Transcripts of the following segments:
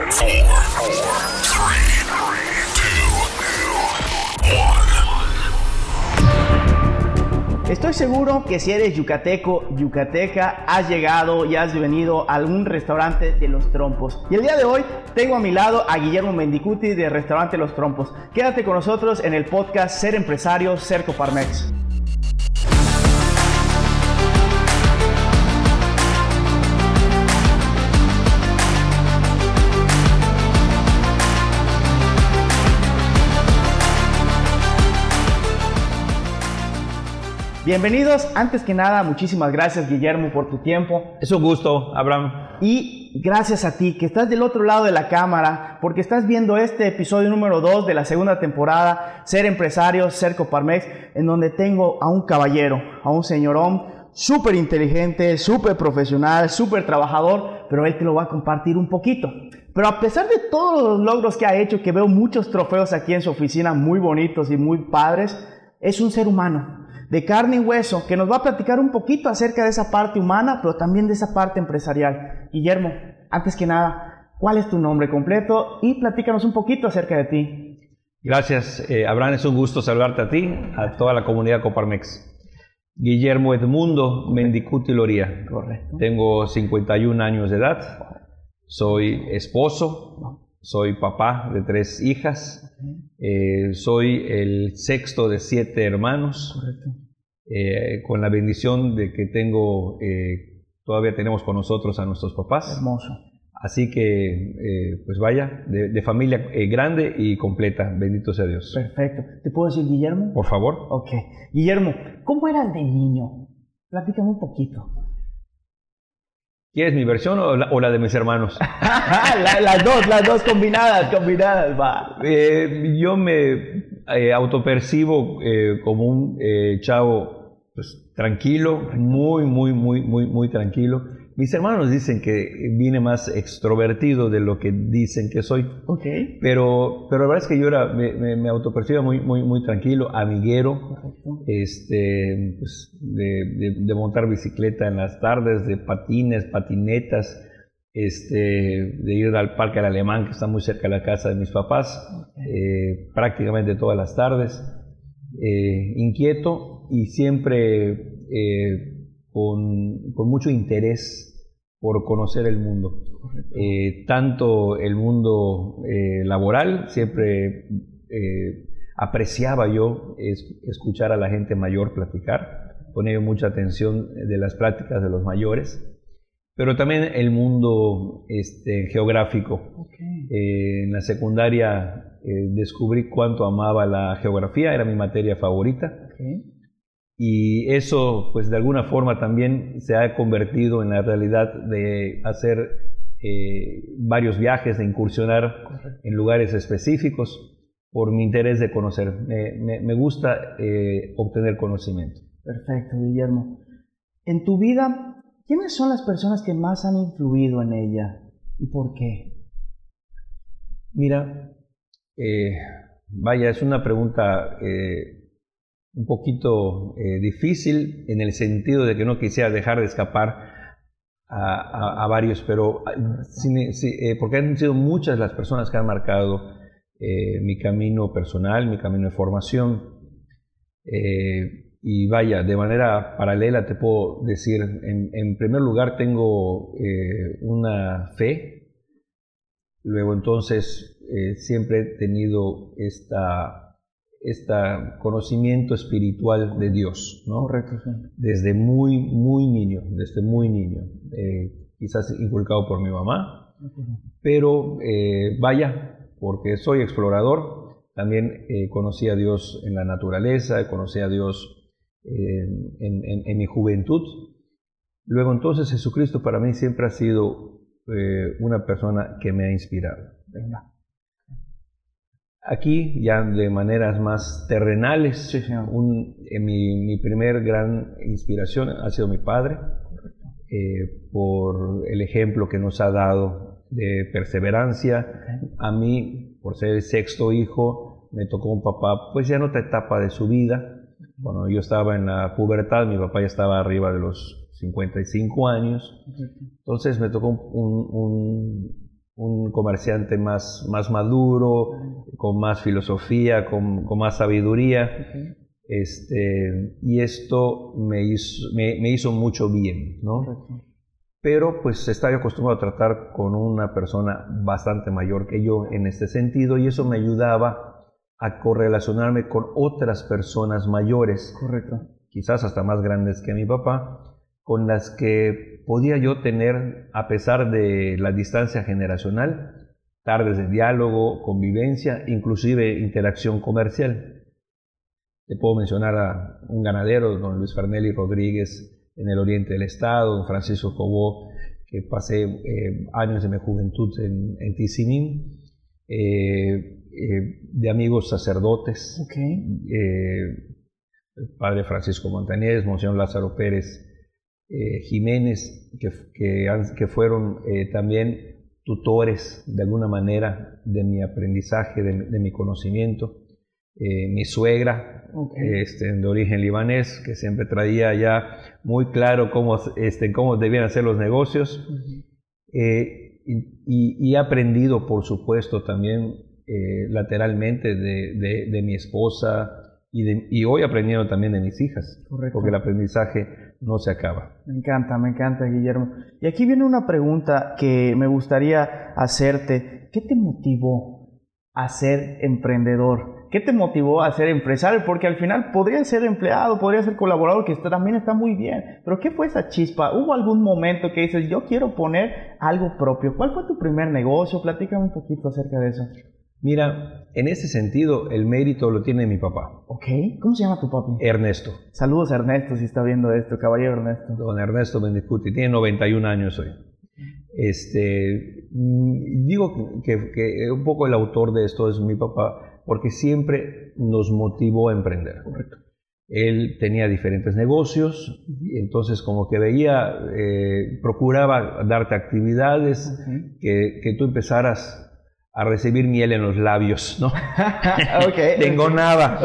Estoy seguro que si eres yucateco, yucateca, has llegado y has venido a algún restaurante de Los Trompos. Y el día de hoy tengo a mi lado a Guillermo Mendicuti de Restaurante Los Trompos. Quédate con nosotros en el podcast Ser Empresario, Ser Coparmex. Bienvenidos, antes que nada, muchísimas gracias Guillermo por tu tiempo. Es un gusto, Abraham. Y gracias a ti que estás del otro lado de la cámara, porque estás viendo este episodio número 2 de la segunda temporada, Ser Empresario, Ser Coparmex, en donde tengo a un caballero, a un señorón súper inteligente, súper profesional, súper trabajador, pero él te lo va a compartir un poquito. Pero a pesar de todos los logros que ha hecho, que veo muchos trofeos aquí en su oficina muy bonitos y muy padres, es un ser humano de carne y hueso, que nos va a platicar un poquito acerca de esa parte humana, pero también de esa parte empresarial. Guillermo, antes que nada, ¿cuál es tu nombre completo? Y platícanos un poquito acerca de ti. Gracias, Abraham, es un gusto saludarte a ti, a toda la comunidad Coparmex. Guillermo Edmundo Mendicuti Loría. Correcto. Tengo 51 años de edad, soy esposo, soy papá de 3 hijas, soy el sexto de 7 hermanos. Correcto. Con la bendición de que todavía tenemos con nosotros a nuestros papás. Hermoso. Así que, pues vaya, de familia grande y completa, bendito sea Dios. Perfecto. ¿Te puedo decir Guillermo? Por favor. Ok. Guillermo, ¿cómo eras de niño? Platícame un poquito. ¿Quieres mi versión o la de mis hermanos? las dos combinadas, va. Yo me autopercibo como un chavo pues, tranquilo, muy tranquilo. Mis hermanos dicen que vine más extrovertido de lo que dicen que soy. Okay. Pero la verdad es que yo me autopercibo muy tranquilo, amiguero. Correcto. Pues de montar bicicleta en las tardes, de patines, patinetas, de ir al Parque del Alemán, que está muy cerca de la casa de mis papás, prácticamente todas las tardes. Inquieto y siempre con mucho interés por conocer el mundo. Tanto el mundo laboral, siempre apreciaba yo escuchar a la gente mayor platicar, ponía mucha atención de las pláticas de los mayores, pero también el mundo geográfico. Okay. En la secundaria descubrí cuánto amaba la geografía, era mi materia favorita. Okay. Y eso, pues de alguna forma también se ha convertido en la realidad de hacer varios viajes, de incursionar Correcto. en lugares específicos por mi interés de conocer. Me gusta obtener conocimiento. Perfecto, Guillermo. En tu vida, ¿quiénes son las personas que más han influido en ella y por qué? Mira, vaya, es una pregunta un poquito difícil en el sentido de que no quisiera dejar de escapar a varios, pero porque han sido muchas las personas que han marcado mi camino personal, mi camino de formación. Y vaya, de manera paralela te puedo decir, en primer lugar tengo una fe, luego entonces siempre he tenido este conocimiento espiritual de Dios, ¿no? Correcto, sí. Desde muy niño, quizás inculcado por mi mamá, pero vaya, porque soy explorador, también conocí a Dios en la naturaleza, conocí a Dios en mi juventud. Luego entonces Jesucristo para mí siempre ha sido una persona que me ha inspirado. Venga. Aquí ya de maneras más terrenales, Sí, señor. Mi primer gran inspiración ha sido mi padre, por el ejemplo que nos ha dado de perseverancia. Okay. A mí, por ser el sexto hijo, me tocó un papá pues ya en otra etapa de su vida. Cuando yo estaba en la pubertad, mi papá ya estaba arriba de los 55 años. Correcto. Entonces me tocó un un comerciante más maduro, con más filosofía, con más sabiduría. Y esto me hizo mucho bien, ¿no? Correcto. Pero pues estaba acostumbrado a tratar con una persona bastante mayor que yo en este sentido, y eso me ayudaba a correlacionarme con otras personas mayores, Correcto. quizás hasta más grandes que mi papá, con las que podía yo tener, a pesar de la distancia generacional, tardes de diálogo, convivencia, inclusive interacción comercial. Te puedo mencionar a un ganadero, don Luis Fernelli Rodríguez, en el oriente del estado, don Francisco Cobó, que pasé años de mi juventud en Tizimín, de amigos sacerdotes, el padre Francisco Montañez, Monseñor Lázaro Pérez Jiménez, que fueron también tutores de alguna manera de mi aprendizaje, de mi conocimiento. Mi suegra, de origen libanés, que siempre traía ya muy claro cómo debían ser los negocios. Y he aprendido, por supuesto, también lateralmente de mi esposa y hoy aprendiendo también de mis hijas. Correcto. Porque el aprendizaje no se acaba. Me encanta, Guillermo. Y aquí viene una pregunta que me gustaría hacerte. ¿Qué te motivó a ser emprendedor? ¿Qué te motivó a ser empresario? Porque al final podría ser empleado, podría ser colaborador, que también está muy bien. Pero ¿qué fue esa chispa? ¿Hubo algún momento que dices, yo quiero poner algo propio? ¿Cuál fue tu primer negocio? Platícame un poquito acerca de eso. Mira, en ese sentido, el mérito lo tiene mi papá. ¿Cómo se llama tu papi? Ernesto. Saludos a Ernesto, si está viendo esto, caballero Ernesto. Don Ernesto Bendicuti, tiene 91 años hoy. Digo que un poco el autor de esto es mi papá, porque siempre nos motivó a emprender. Correcto. Él tenía diferentes negocios, y entonces como que veía, procuraba darte actividades, que tú empezaras a recibir miel en los labios, ¿no? Te engonaba.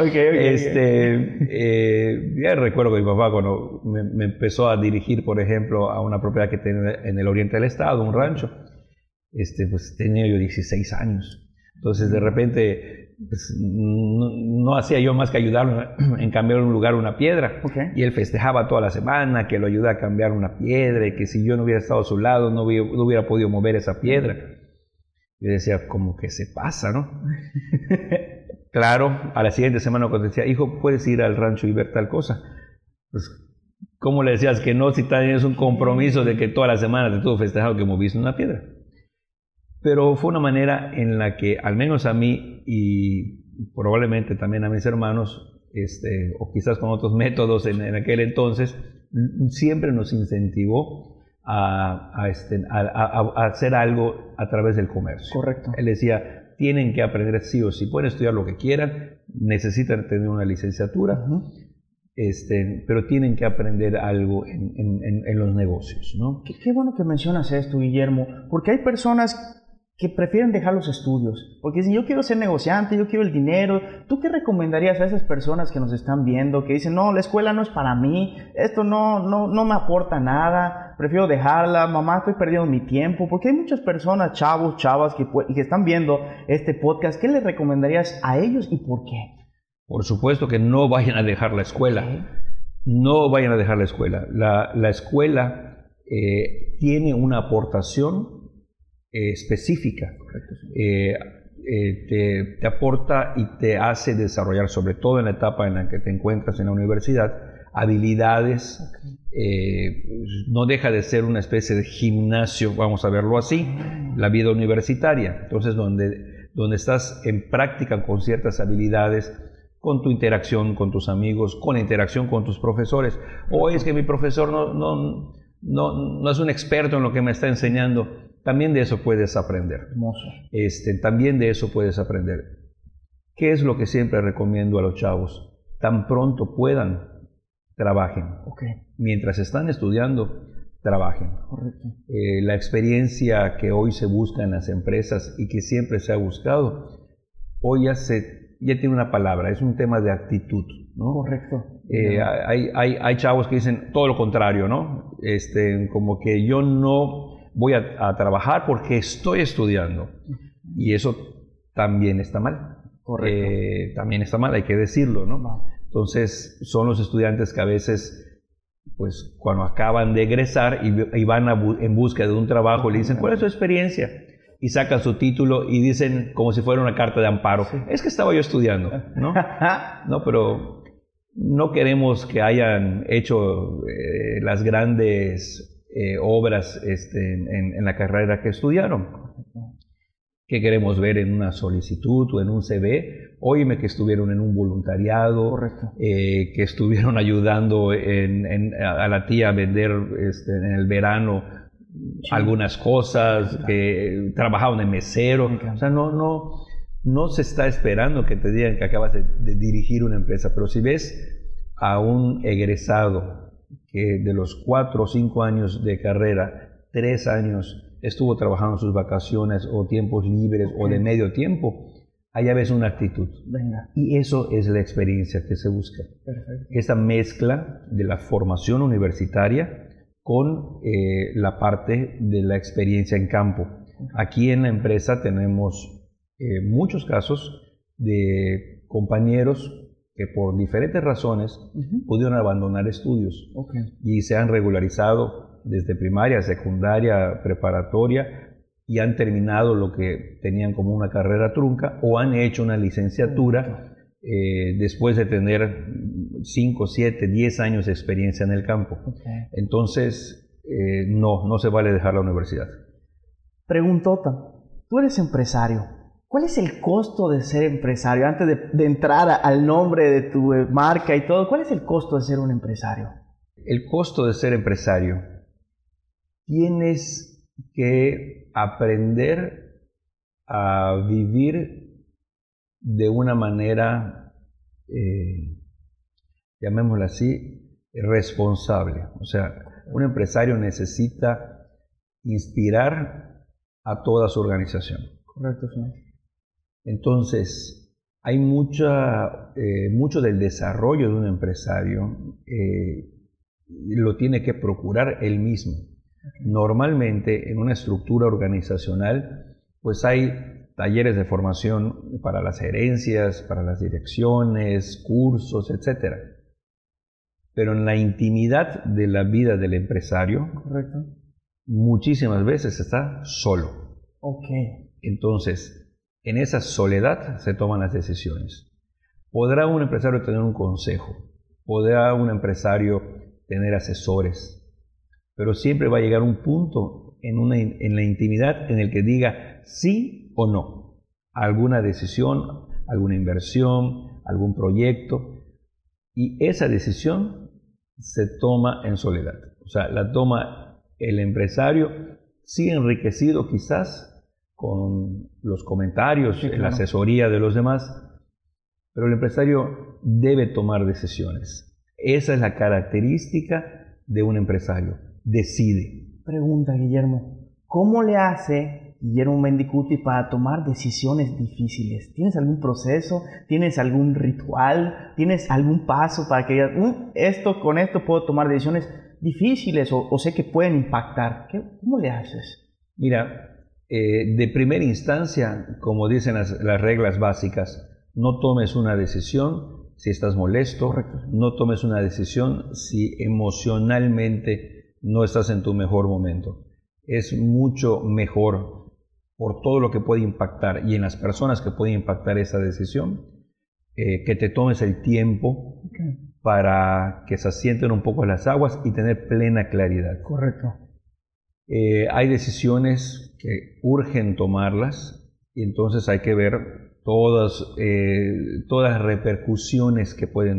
Ya recuerdo que mi papá, cuando me empezó a dirigir, por ejemplo, a una propiedad que tenía en el oriente del estado, un rancho, pues tenía yo 16 años. Entonces, de repente, pues, no hacía yo más que ayudarlo en cambiar un lugar una piedra. Y él festejaba toda la semana que lo ayudé a cambiar una piedra, y que si yo no hubiera estado a su lado, no hubiera podido mover esa piedra. Yo decía, como que se pasa, ¿no? Claro, a la siguiente semana cuando decía, hijo, ¿puedes ir al rancho y ver tal cosa? Pues, ¿cómo le decías que no si tienes un compromiso de que toda la semana te estuvo festejado que moviste una piedra? Pero fue una manera en la que, al menos a mí y probablemente también a mis hermanos, o quizás con otros métodos en aquel entonces, siempre nos incentivó a hacer algo a través del comercio. Correcto. Él decía, tienen que aprender sí o sí, pueden estudiar lo que quieran, necesitan tener una licenciatura, pero tienen que aprender algo en los negocios, ¿no? Qué bueno que mencionas esto, Guillermo, porque hay personas que prefieren dejar los estudios, porque dicen, yo quiero ser negociante, yo quiero el dinero. ¿Tú qué recomendarías a esas personas que nos están viendo, que dicen, no, la escuela no es para mí, esto no me aporta nada, prefiero dejarla, mamá, estoy perdiendo mi tiempo? Porque hay muchas personas, chavos, chavas, que están viendo este podcast. ¿Qué les recomendarías a ellos y por qué? Por supuesto que no vayan a dejar la escuela. No vayan a dejar la escuela. La escuela tiene una aportación específica. Te aporta y te hace desarrollar, sobre todo en la etapa en la que te encuentras en la universidad, habilidades. No deja de ser una especie de gimnasio, vamos a verlo así, la vida universitaria. Entonces, donde estás en práctica con ciertas habilidades, con tu interacción con tus amigos, con la interacción con tus profesores. Hoy es que mi profesor no es un experto en lo que me está enseñando. También de eso puedes aprender. Hermoso. También de eso puedes aprender. ¿Qué es lo que siempre recomiendo a los chavos? Tan pronto puedan, trabajen. Mientras están estudiando, trabajen. Correcto. La experiencia que hoy se busca en las empresas y que siempre se ha buscado, hoy ya tiene una palabra, es un tema de actitud, ¿no? Correcto. Hay chavos que dicen todo lo contrario, ¿no? Como que yo no voy a trabajar porque estoy estudiando. Y eso también está mal. Correcto. También está mal, hay que decirlo, ¿no? Entonces, son los estudiantes que a veces, pues, cuando acaban de egresar y van en busca de un trabajo, le dicen, ¿cuál es tu experiencia? Y sacan su título y dicen como si fuera una carta de amparo. Sí. Es que estaba yo estudiando, ¿no? No, pero no queremos que hayan hecho las grandes obras en la carrera que estudiaron. ¿Qué queremos ver en una solicitud o en un CV? Óyeme que estuvieron en un voluntariado, que estuvieron ayudando a la tía a vender en el verano algunas cosas, que trabajaban de mesero. O sea, no se está esperando que te digan que acabas de dirigir una empresa, pero si ves a un egresado que de los 4 o 5 años de carrera, 3 años estuvo trabajando en sus vacaciones o tiempos libres o de medio tiempo, allá ves una actitud. Venga. Y eso es la experiencia que se busca. Perfecto. Esa mezcla de la formación universitaria con la parte de la experiencia en campo. Aquí en la empresa tenemos muchos casos de compañeros que por diferentes razones pudieron abandonar estudios y se han regularizado desde primaria, secundaria, preparatoria y han terminado lo que tenían como una carrera trunca o han hecho una licenciatura después de tener 5, 7, 10 años de experiencia en el campo. Entonces, no se vale dejar la universidad. Preguntota, tú eres empresario. ¿Cuál es el costo de ser empresario? Antes de entrar al nombre de tu marca y todo, ¿cuál es el costo de ser un empresario? El costo de ser empresario. Tienes que aprender a vivir de una manera, llamémosla así, responsable. O sea, un empresario necesita inspirar a toda su organización. Correcto, señor. Entonces, hay mucho del desarrollo de un empresario lo tiene que procurar él mismo. Normalmente, en una estructura organizacional, pues hay talleres de formación para las gerencias, para las direcciones, cursos, etc. Pero en la intimidad de la vida del empresario, muchísimas veces está solo. Entonces, en esa soledad se toman las decisiones. ¿Podrá un empresario tener un consejo? ¿Podrá un empresario tener asesores? Pero siempre va a llegar un punto en la intimidad en el que diga sí o no a alguna decisión, alguna inversión, algún proyecto. Y esa decisión se toma en soledad. O sea, la toma el empresario, sí enriquecido quizás con los comentarios, la asesoría de los demás, pero el empresario debe tomar decisiones. Esa es la característica de un empresario. Decide. Pregunta, Guillermo, ¿cómo le hace Guillermo Mendicuti para tomar decisiones difíciles? ¿Tienes algún proceso? ¿Tienes algún ritual? ¿Tienes algún paso para que digas, con esto puedo tomar decisiones difíciles o sé que pueden impactar? ¿Cómo le haces? Mira, de primera instancia, como dicen las reglas básicas, no tomes una decisión si estás molesto, no tomes una decisión si emocionalmente no estás en tu mejor momento. Es mucho mejor por todo lo que puede impactar y en las personas que pueden impactar esa decisión, que te tomes el tiempo para que se asienten un poco las aguas y tener plena claridad. Hay decisiones que urgen tomarlas y entonces hay que ver todas las repercusiones que pueden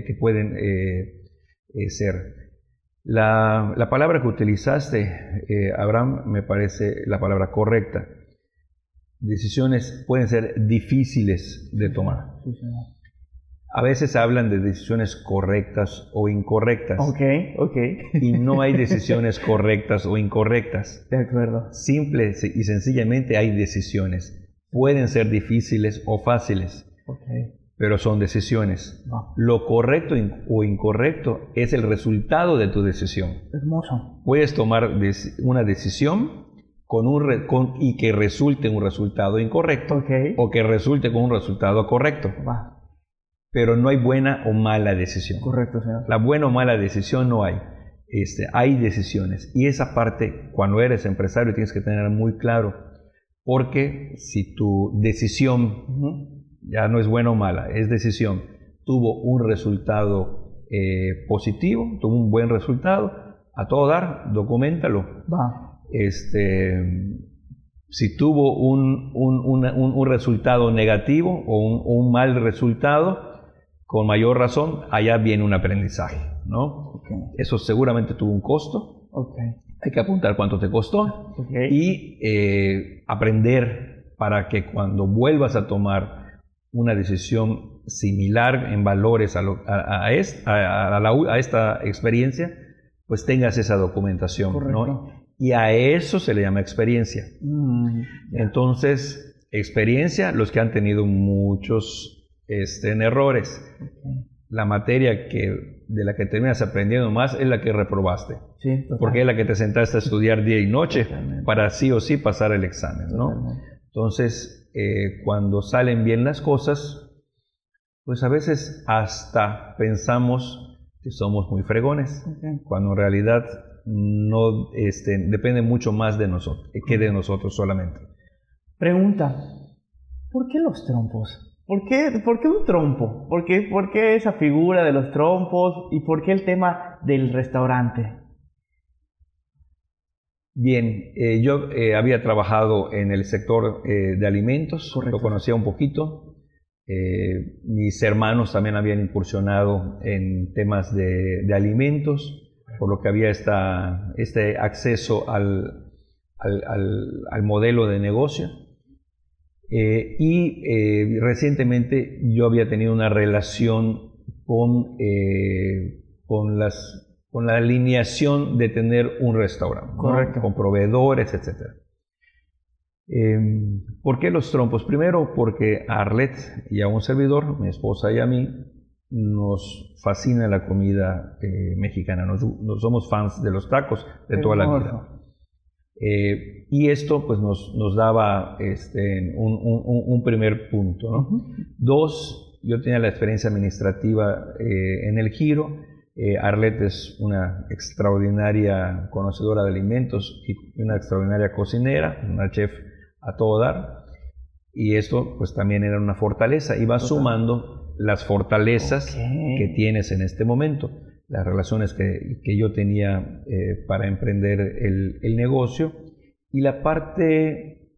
ser. La palabra que utilizaste, Abraham, me parece la palabra correcta. Decisiones pueden ser difíciles de tomar. A veces hablan de decisiones correctas o incorrectas. Y no hay decisiones correctas o incorrectas. De acuerdo. Simple y sencillamente hay decisiones. Pueden ser difíciles o fáciles. pero son decisiones. Lo correcto o incorrecto es el resultado de tu decisión. Hermoso. Puedes tomar una decisión y que resulte un resultado incorrecto, o que resulte con un resultado correcto. Pero no hay buena o mala decisión. Correcto, señor. La buena o mala decisión no hay. Hay decisiones. Y esa parte, cuando eres empresario, tienes que tener muy claro. Porque si tu decisión ya no es buena o mala, es decisión, tuvo un resultado positivo, tuvo un buen resultado, a todo dar, documéntalo. Si tuvo un resultado negativo o un mal resultado, con mayor razón, allá viene un aprendizaje, ¿no? Eso seguramente tuvo un costo. Hay que apuntar cuánto te costó y aprender para que cuando vuelvas a tomar una decisión similar en valores a esta experiencia, pues tengas esa documentación, ¿no? Y a eso se le llama experiencia. Entonces, experiencia, los que han tenido muchos errores. La materia de la que terminas aprendiendo más es la que reprobaste. Porque es la que te sentaste a estudiar día y noche para sí o sí pasar el examen, ¿no? Entonces, cuando salen bien las cosas, pues a veces hasta pensamos que somos muy fregones, cuando en realidad no depende mucho más de nosotros que de nosotros solamente. Pregunta, ¿por qué los trompos? ¿Por qué un trompo? ¿Por qué esa figura de los trompos? ¿Y por qué el tema del restaurante? Bien, yo había trabajado en el sector de alimentos, lo conocía un poquito. Mis hermanos también habían incursionado en temas de alimentos, por lo que había este acceso al modelo de negocio. Recientemente yo había tenido una relación con la alineación de tener un restaurante, ¿no? Con proveedores, etc. ¿Por qué los trompos? Primero porque a Arlette y a un servidor, mi esposa y a mí, nos fascina la comida mexicana. Nos somos fans de los tacos de toda la vida. Y esto pues nos daba un primer punto, ¿no? Dos, yo tenía la experiencia administrativa en el giro. Arlette es una extraordinaria conocedora de alimentos y una extraordinaria cocinera, una chef a todo dar, y esto pues también era una fortaleza, y vas sumando las fortalezas que tienes en este momento, las relaciones que yo tenía para emprender el negocio, y la parte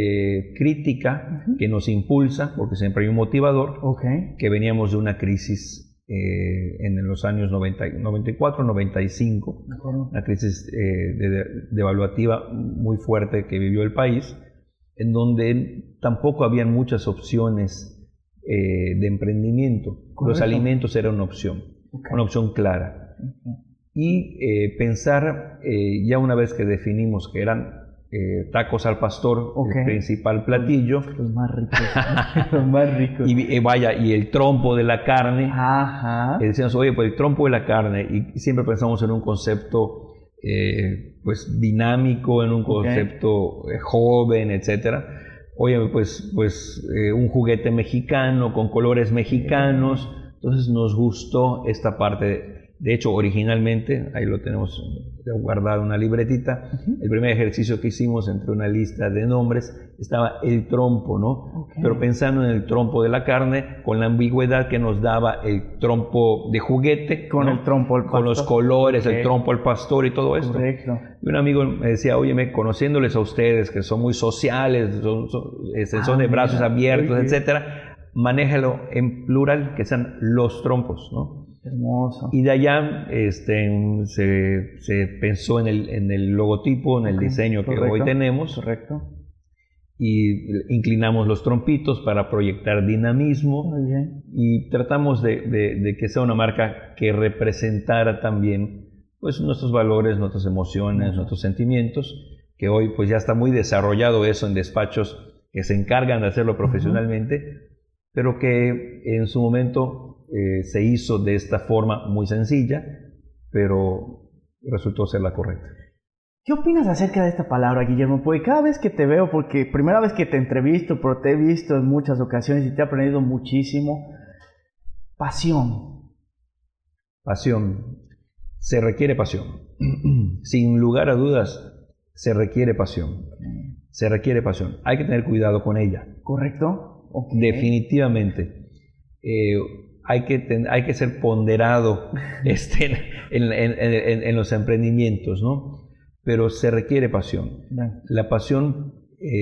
crítica que nos impulsa, porque siempre hay un motivador, que veníamos de una crisis en los años 94, 95, una crisis devaluativa muy fuerte que vivió el país, en donde tampoco habían muchas opciones de emprendimiento. Los alimentos eran una opción clara. Y pensar, ya una vez que definimos que eran tacos al pastor, el principal platillo, los más ricos, los más ricos. Y el trompo de la carne. Y decíamos, oye, pues el trompo de la carne, y siempre pensamos en un concepto pues dinámico, en un concepto joven, etcétera. Oye, pues un juguete mexicano con colores mexicanos. Entonces nos gustó esta parte. De hecho, originalmente, ahí lo tenemos guardado en una libretita, el primer ejercicio que hicimos entre una lista de nombres estaba el trompo, ¿no? Pero pensando en el trompo de la carne, con la ambigüedad que nos daba el trompo de juguete, con el trompo al pastor, con los colores, el trompo al pastor y todo esto. Y un amigo me decía, óyeme, conociéndoles a ustedes, que son muy sociales, son de brazos abiertos, etcétera, manéjalo en plural, que sean los trompos, ¿no? Hermoso. Y de allá se pensó en el logotipo, en el diseño que hoy tenemos. Y inclinamos los trompitos para proyectar dinamismo. Y tratamos de que sea una marca que representara también pues nuestros valores, nuestras emociones, nuestros sentimientos, que hoy pues ya está muy desarrollado eso en despachos que se encargan de hacerlo profesionalmente. pero que en su momento se hizo de esta forma muy sencilla, pero resultó ser la correcta. ¿Qué opinas acerca de esta palabra, Guillermo? Porque cada vez que te veo, porque primera vez que te entrevisto, pero te he visto en muchas ocasiones y te he aprendido muchísimo, pasión. Pasión. Se requiere pasión. Sin lugar a dudas, se requiere pasión. Se requiere pasión. Hay que tener cuidado con ella. ¿Correcto? Okay. Definitivamente. Hay que ser ponderado en los emprendimientos, ¿no? Pero se requiere pasión. La pasión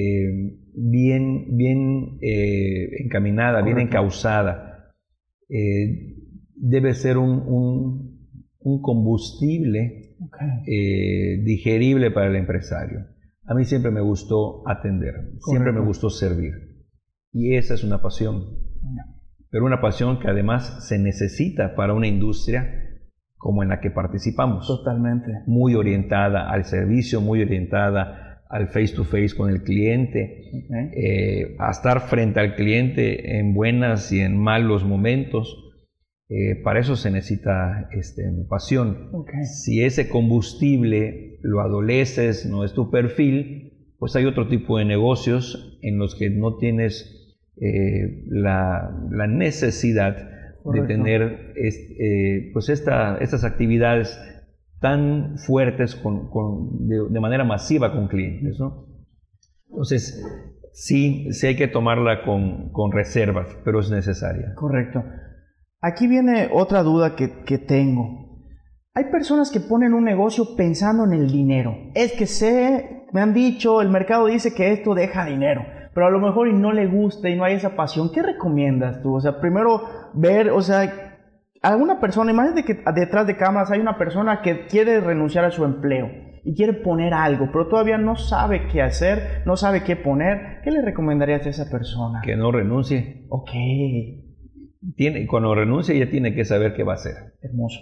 bien encaminada, correcto, bien encauzada, debe ser un combustible, okay, digerible para el empresario. A mí siempre me gustó atender, correcto, siempre me gustó servir. Y esa es una pasión. No. Pero una pasión que además se necesita para una industria como en la que participamos. Totalmente. Muy orientada al servicio, muy orientada al face to face con el cliente, okay, a estar frente al cliente en buenas y en malos momentos. Para eso se necesita pasión. Okay. Si ese combustible lo adoleces, no es tu perfil, pues hay otro tipo de negocios en los que no tienes la necesidad, correcto, de tener pues estas actividades tan fuertes de manera masiva con clientes, ¿no? Entonces, sí hay que tomarla con reservas, pero es necesaria. Correcto. Aquí viene otra duda que tengo. Hay personas que ponen un negocio pensando en el dinero. Es que me han dicho, el mercado dice que esto deja dinero, pero a lo mejor y no le gusta y no hay esa pasión. ¿Qué recomiendas tú? O sea, primero ver, o sea, alguna persona, imagínate que detrás de cámaras hay una persona que quiere renunciar a su empleo y quiere poner algo, pero todavía no sabe qué hacer, no sabe qué poner. ¿Qué le recomendarías a esa persona? Que no renuncie. Ok. Cuando renuncie ya tiene que saber qué va a hacer. Hermoso.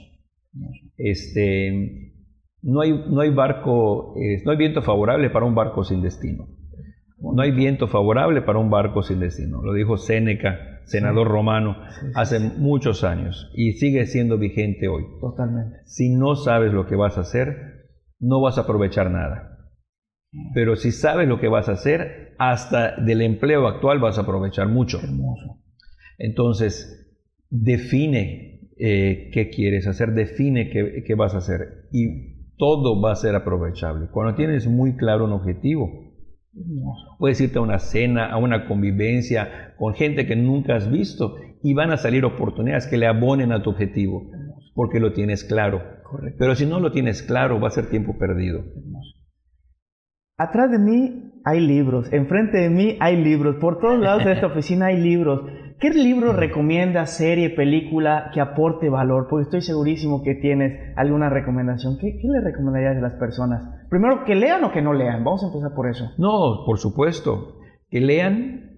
No hay viento favorable para un barco sin destino. No hay viento favorable para un barco sin destino. Lo dijo Séneca, senador romano, hace muchos años y sigue siendo vigente hoy. Totalmente. Si no sabes lo que vas a hacer, no vas a aprovechar nada. Pero si sabes lo que vas a hacer, hasta del empleo actual vas a aprovechar mucho. Hermoso. Entonces, define qué quieres hacer, define qué vas a hacer y todo va a ser aprovechable. Cuando tienes muy claro un objetivo, puedes irte a una cena, a una convivencia con gente que nunca has visto y van a salir oportunidades que le abonen a tu objetivo porque lo tienes claro. Correcto. Pero si no lo tienes claro, va a ser tiempo perdido. Atrás de mí hay libros, enfrente de mí hay libros, por todos lados de esta oficina hay libros. ¿Qué libro recomiendas, serie, película que aporte valor? Porque estoy segurísimo que tienes alguna recomendación. ¿Qué le recomendarías a las personas? Primero, ¿que lean o que no lean? Vamos a empezar por eso. No, por supuesto. Que lean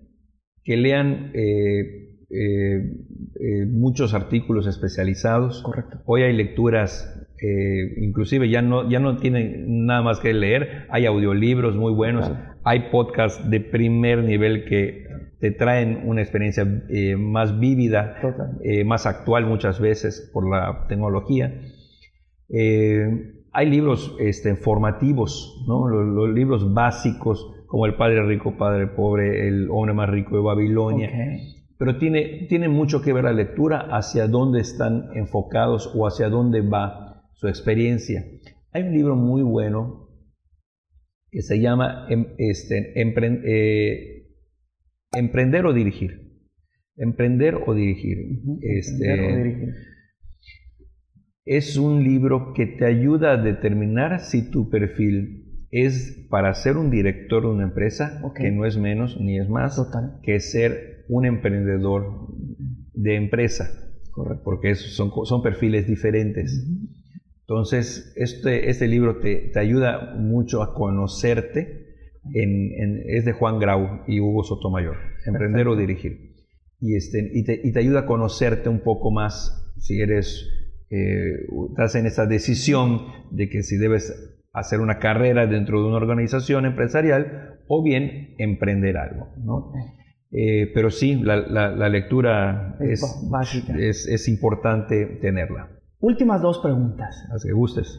muchos artículos especializados. Correcto. Hoy hay lecturas, inclusive ya no tienen nada más que leer. Hay audiolibros muy buenos. Claro. Hay podcasts de primer nivel que te traen una experiencia más vívida, más actual muchas veces por la tecnología. Hay libros formativos, ¿no? Los libros básicos como El Padre Rico, Padre Pobre, El Hombre Más Rico de Babilonia. Okay. Pero tiene mucho que ver la lectura hacia dónde están enfocados o hacia dónde va su experiencia. Hay un libro muy bueno que se llama Emprender o Dirigir. Emprender o Dirigir. Emprender o Dirigir. Es un libro que te ayuda a determinar si tu perfil es para ser un director de una empresa, okay, que no es menos ni es más. Total. Que ser un emprendedor de empresa. Correcto. Porque son perfiles diferentes. Entonces, este libro te ayuda mucho a conocerte. Es de Juan Grau y Hugo Sotomayor, Emprender o Dirigir. Y te ayuda a conocerte un poco más si estás en esa decisión de que si debes hacer una carrera dentro de una organización empresarial o bien emprender algo, ¿no? Pero sí, la lectura Es básica. es importante tenerla. Últimas 2 preguntas. Las que gustes.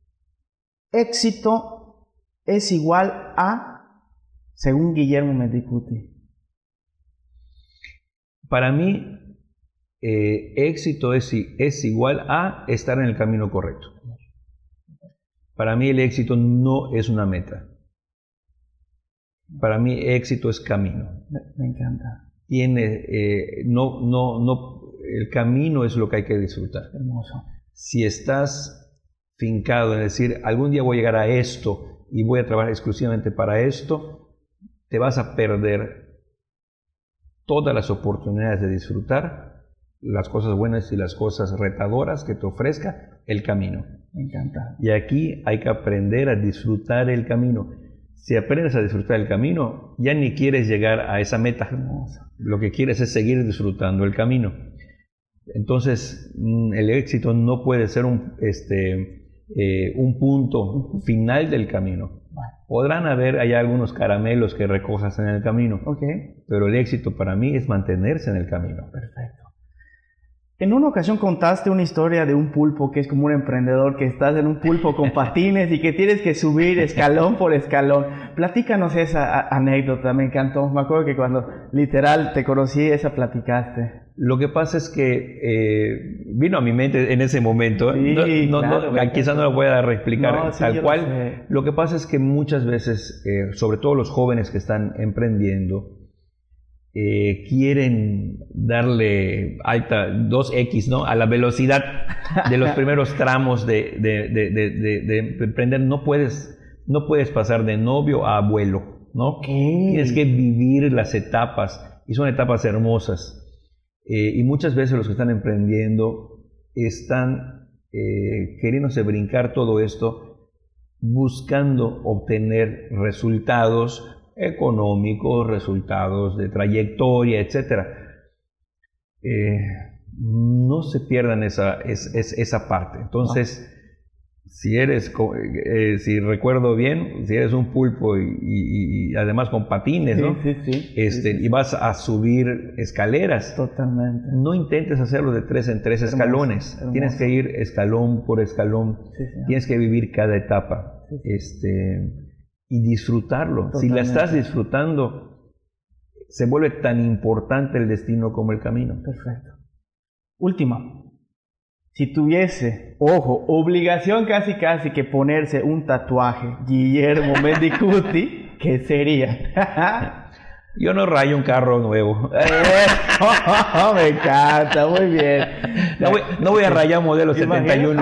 Éxito es igual a, según Guillermo Mendicuti. Para mí, éxito es igual a estar en el camino correcto. Para mí el éxito no es una meta. Para mí éxito es camino. Me encanta. El camino es lo que hay que disfrutar. Hermoso. Si estás fincado en decir, algún día voy a llegar a esto y voy a trabajar exclusivamente para esto, te vas a perder todas las oportunidades de disfrutar las cosas buenas y las cosas retadoras que te ofrezca el camino. Me encanta. Y aquí hay que aprender a disfrutar el camino. Si aprendes a disfrutar el camino, ya ni quieres llegar a esa meta. Hermoso. Lo que quieres es seguir disfrutando el camino. Entonces, el éxito no puede ser un punto final del camino. Podrán haber allá algunos caramelos que recojas en el camino, pero el éxito para mí es mantenerse en el camino. Perfecto. En una ocasión contaste una historia de un pulpo que es como un emprendedor, que estás en un pulpo con patines y que tienes que subir escalón por escalón. Platícanos esa anécdota, me encantó. Me acuerdo que cuando literal te conocí, esa platicaste. Lo que pasa es que vino a mi mente en ese momento. Sí, quizás no lo voy a reexplicar tal cual. Lo que pasa es que muchas veces, sobre todo los jóvenes que están emprendiendo, quieren darle alta 2x, ¿no? A la velocidad de los primeros tramos de emprender. No puedes pasar de novio a abuelo, ¿no? Tienes que vivir las etapas, y son etapas hermosas. Y muchas veces los que están emprendiendo están queriéndose brincar todo esto, buscando obtener resultados económicos, resultados de trayectoria, etc. No se pierdan esa parte. Entonces, si recuerdo bien, si eres un pulpo y además con patines, ¿no? Y vas a subir escaleras. Totalmente. No intentes hacerlo de 3 en 3 escalones. Hermoso. Tienes que ir escalón por escalón. Tienes que vivir cada etapa. Y disfrutarlo. Totalmente. Si la estás disfrutando, se vuelve tan importante el destino como el camino. Perfecto. Última. Si tuviese, ojo, obligación casi que ponerse un tatuaje, Guillermo Mendicuti, ¿qué sería? Yo no rayo un carro nuevo. Me encanta, muy bien. No voy a rayar modelo 71.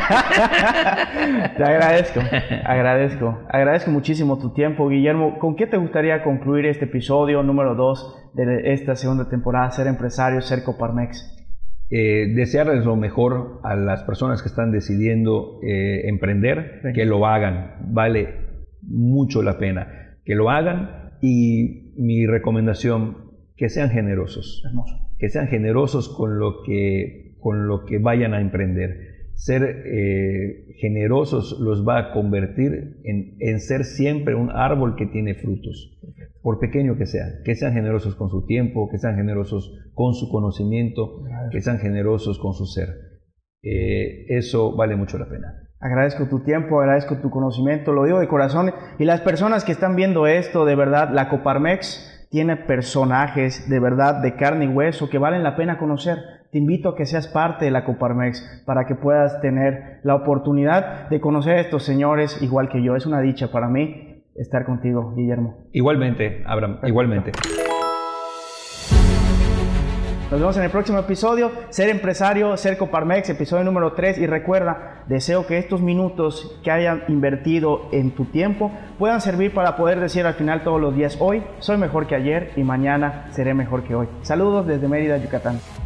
Te agradezco muchísimo tu tiempo, Guillermo. ¿Con qué te gustaría concluir este episodio número 2 de esta segunda temporada, Ser Empresario, Ser Coparmex? Desearles lo mejor a las personas que están decidiendo emprender, que lo hagan. Vale mucho la pena que lo hagan. Y mi recomendación, que sean generosos. Hermoso. Que sean generosos con lo que vayan a emprender. Ser generosos los va a convertir en ser siempre un árbol que tiene frutos. Por pequeño que sea. Que sean generosos con su tiempo, que sean generosos con su conocimiento, que sean generosos con su ser. Eso vale mucho la pena. Agradezco tu tiempo, agradezco tu conocimiento, lo digo de corazón. Y las personas que están viendo esto, de verdad, la Coparmex tiene personajes de verdad de carne y hueso que valen la pena conocer. Te invito a que seas parte de la Coparmex para que puedas tener la oportunidad de conocer a estos señores igual que yo. Es una dicha para mí estar contigo, Guillermo. Igualmente, Abraham, igualmente. Nos vemos en el próximo episodio, Ser Empresario, Ser Coparmex, episodio número 3. Y recuerda, deseo que estos minutos que hayan invertido en tu tiempo puedan servir para poder decir al final todos los días: hoy soy mejor que ayer y mañana seré mejor que hoy. Saludos desde Mérida, Yucatán.